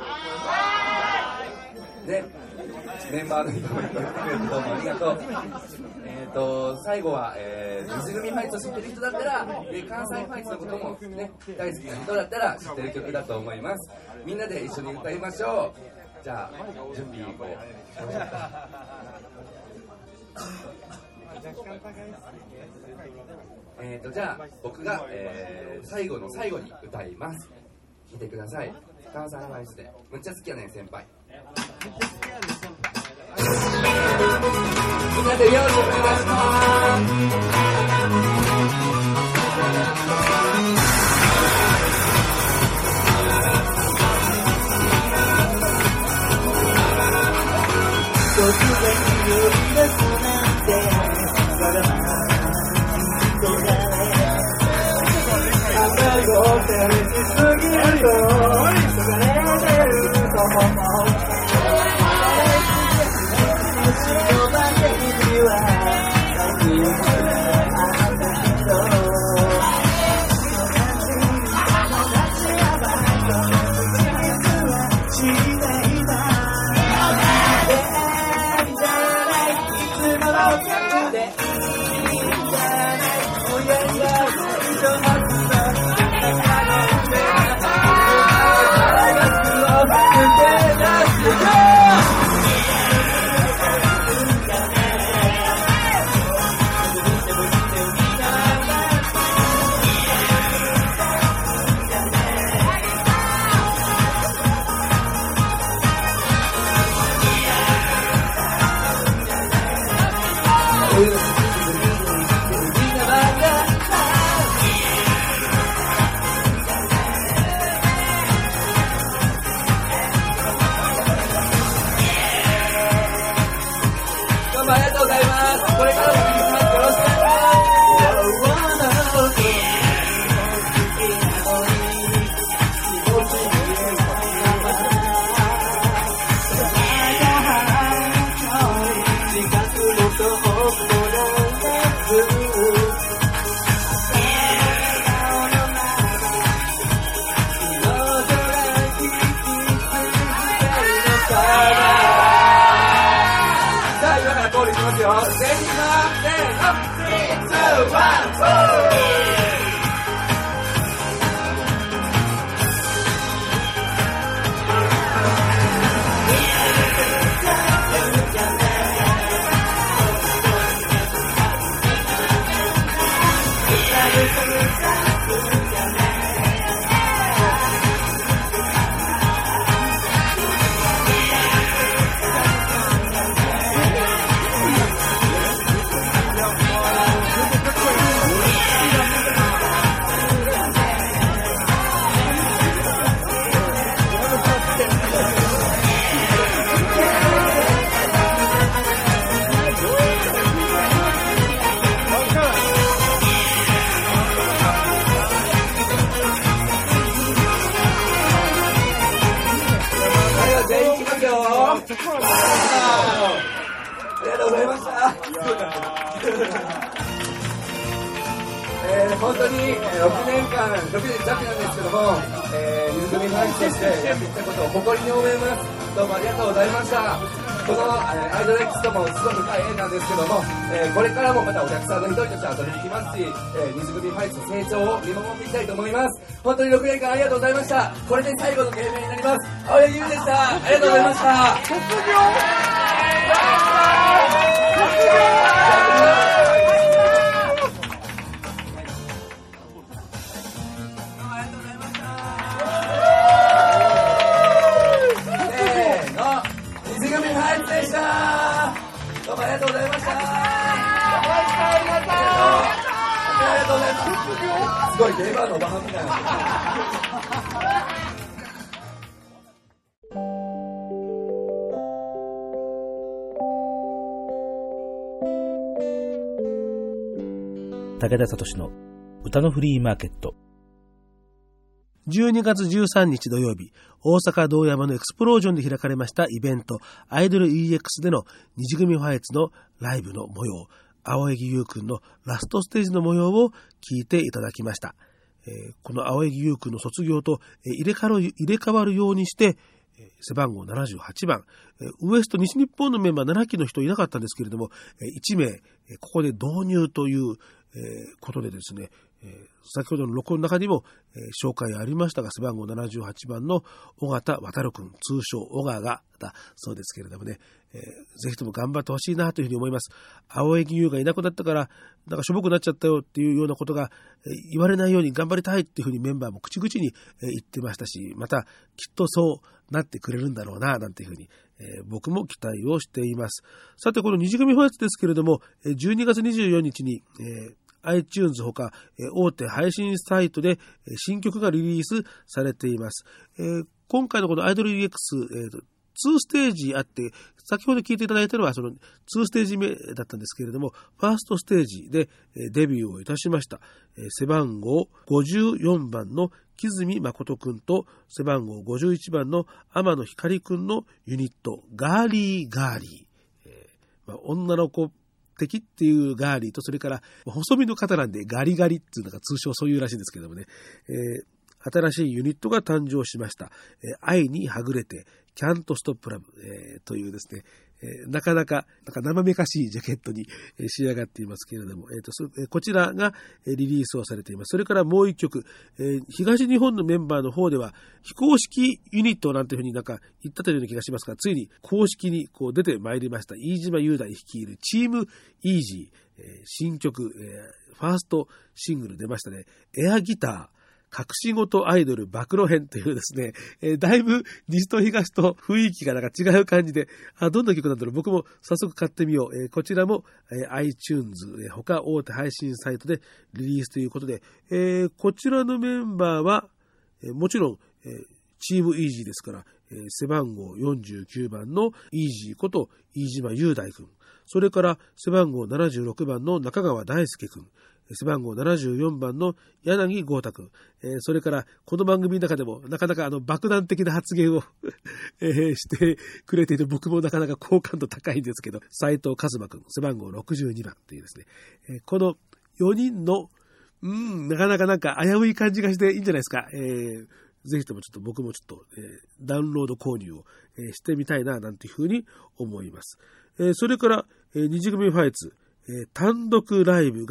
ね、メンバーの人もいっぱい来てくれてどうもありがとう。えー、と最後は、えー、水組ファイツを知ってる人だったら、えー、関西ファイツのことも、ね、大好きな人だったら知ってる曲だと思います。みんなで一緒に歌いましょう。じゃあ準備をしましょうか。えーとじゃあ僕が、えー、最後の最後に歌います。聴いてください。関西ファイツでむっちゃ好きやねん先輩。みんなでよろしくお願いします突然呼び出すなんてわがままとかね、あんまりご照れしすぎるとそがれてると思う。私の場合には最近はあったけど、友達やばいと実は知っていた。でいいんじゃないいいんじゃない親が一緒のつながりで大学を抜けてありがとうございました。えー、本当にろくねんかん、ろくねん弱なんですけども、えー、水組のアイスとしてやってきたことを誇りに思います。どうもありがとうございました。この、えー、アイドル X ともすごく深い縁なんですけども、えー、これからもまたお客さんの一人として遊びに来ますし、えー、水組ファイツの成長を見守っていきたいと思います。本当にろくねんかんありがとうございました。これで最後の芸名になります。青柳優でした。ありがとうございました。卒業どうもありがとうございました。ありがとうございます。すごいゲーバーのおばはんみたいな。 武田聡の歌のフリーマーケット。じゅうにがつじゅうさんにち土曜日、大阪堂山のエクスプロージョンで開かれましたイベント、アイドル イーエックス での二次組ファイツのライブの模様、青柳優くんのラストステージの模様を聞いていただきました。えー、この青柳優くんの卒業と入れ替わる、入れ替わるようにして、背番号ななじゅうはちばん、ウエスト西日本のメンバーななきの人いなかったんですけれども、いちめい、ここで導入ということでですね、先ほどの録音の中にも紹介ありましたが、背番号ななじゅうはちばんの尾形航くん、通称小川がだそうですけれどもね、えー、ぜひとも頑張ってほしいなというふうに思います。青柳優がいなくなったからなんかしょぼくなっちゃったよっていうようなことが言われないように頑張りたいっていうふうにメンバーも口々に言ってましたし、またきっとそうなってくれるんだろうななんていうふうに、えー、僕も期待をしています。さてこの二次組ファイツですけれども、じゅうにがつにじゅうよっかに、えーiTunes ほか大手配信サイトで新曲がリリースされています。えー、今回のこのアイドル イーエックス、えー、にステージあって、先ほど聞いていただいたのはそのにステージ目だったんですけれども、ファーストステージでデビューをいたしました。背番号ごじゅうよんばんの木住誠くんと背番号ごじゅういちばんの天野光くんのユニットガーリーガーリー。えーまあ、女の子敵っていうガーリーと、それから細身の方なんでガリガリっていうのが通称そういうらしいんですけどもね、えー、新しいユニットが誕生しました。えー、愛にはぐれてキャントストップラブ、えー、というですね、えー、なかなかなんか生めかしいジャケットに仕上がっていますけれども、えーとえー、こちらがリリースをされています。それからもう一曲、えー、東日本のメンバーの方では非公式ユニットなんていうふうになんか言ったというような気がしますが、ついに公式にこう出てまいりました。飯島雄大率いるチームイージー、えー、新曲、えー、ファーストシングル出ましたね。エアギター隠し事アイドル暴露編というですね、えー、だいぶ西と東と雰囲気がなんか違う感じで、あ、どんな曲なんだろう、僕も早速買ってみよう。えー、こちらも、えー、iTunes、えー、他大手配信サイトでリリースということで、えー、こちらのメンバーは、えー、もちろん、えー、チームイージーですから、えー、背番号よんじゅうきゅうばんのイージーこと飯島雄大君、それから背番号ななじゅうろくばんの中川大輔君、背番号ななじゅうよんばんの柳豪太君、えー、それからこの番組の中でもなかなかあの爆弾的な発言を、えー、してくれている、僕もなかなか好感度高いんですけど、斉藤和馬君、背番号ろくじゅうにばんというですね、えー、このよにんのうーんなかなかなんか危うい感じがしていいんじゃないですか。えーぜひともちょっと僕もちょっと、えー、ダウンロード購入を、えー、してみたいななんていうふうに思います。えー、それから、えー、二次組ファイツ、えー、単独ライブが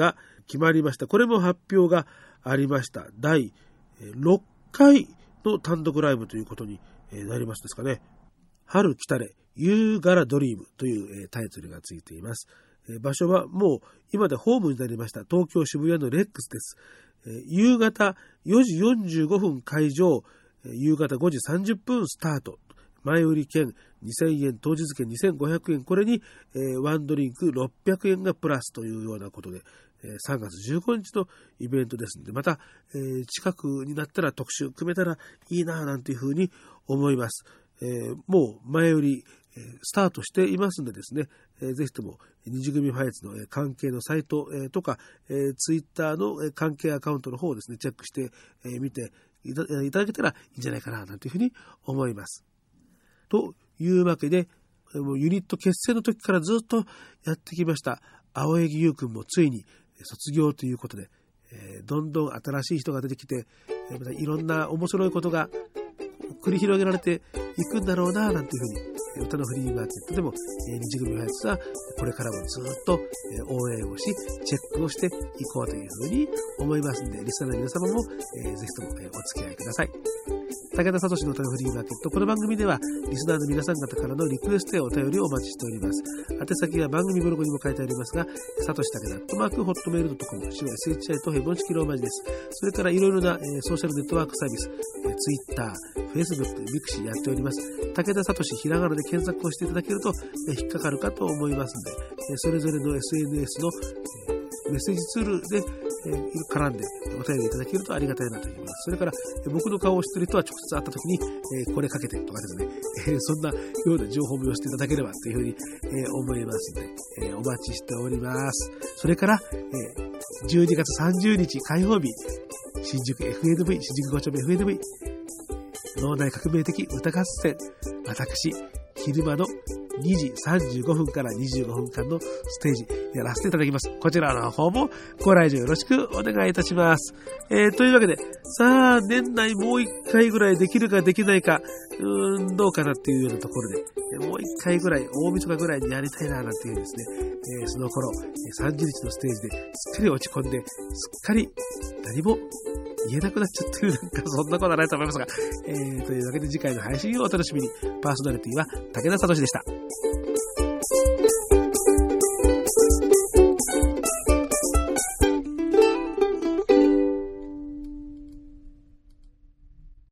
決まりました。これも発表がありました。だいろっかいの単独ライブということになりますですかね。春来たれ、夕柄ドリームというタイトルがついています。場所はもう今でホームになりました東京渋谷のレックスです。夕方よじよんじゅうごふん会場、夕方ごじさんじゅっぷんスタート。前売り券にせんえん、当日券にせんごひゃくえん、これに、えー、ワンドリンクろっぴゃくえんがプラスというようなことで、えー、さんがつじゅうごにちのイベントですので、また、えー、近くになったら特集組めたらいいなぁなんていうふうに思います。えー、もう前売り、えー、スタートしていますのでですね、えー、ぜひとも二次組ファイツの、えー、関係のサイト、えー、とか、えー、ツイッターの、えー、関係アカウントの方をですね、チェックして、えー、見てい た, いただけたらいいんじゃないかななんていうふうに思います。というわけで、もうユニット結成の時からずっとやってきました青柳優くんもついに卒業ということで、えー、どんどん新しい人が出てきて、またいろんな面白いことが繰り広げられていくんだろうななんていうふうに、歌のフリーマーケットでも二次組ファイツはこれからもずっと応援をしチェックをしていこうというふうに思いますので、リスナーの皆様もぜひともお付き合いください。武田聡の歌のフリーマーケット。この番組ではリスナーの皆さん方からのリクエストやお便りをお待ちしております。宛先は番組ブログにも書いてありますが、さとし武田アットマークホットメールドットコム、シワ エスエイチアイ とヘボンチキローマ字です。それからいろいろな、えー、ソーシャルネットワークサービス、えー、Twitter、Facebook、ミクシーやっております。武田聡ひらがなで検索をしていただけると、えー、引っかかるかと思いますので、えー、それぞれの エスエヌエス の、えー、メッセージツールでえー、絡んでお便りいただけるとありがたいなと思います。それから、えー、僕の顔を知っている人は直接会った時に、えー、これかけてとかですね、えー、そんなような情報も寄せていただければというふうに、えー、思いますので、えー、お待ちしております。それから、えー、じゅうにがつさんじゅうにち火曜日、新宿 エフエヌブイ、新宿ご丁目 エフエヌブイ、脳内革命的歌合戦、私、昼間のにじさんじゅうごふんからにじゅうごふんかんのステージやらせていただきます。こちらの方もご来場よろしくお願いいたします。えー、というわけで、さあ、年内もう一回ぐらいできるかできないか、うーん、どうかなっていうようなところで、もう一回ぐらい、大晦日ぐらいにやりたいな、なんていうですね、えー、その頃、さんじゅうにちのステージですっかり落ち込んで、すっかり何も言えなくなっちゃってる、なんかそんなことはないと思いますが、えー、というわけで次回の配信をお楽しみに。パーソナリティは武田聡でした。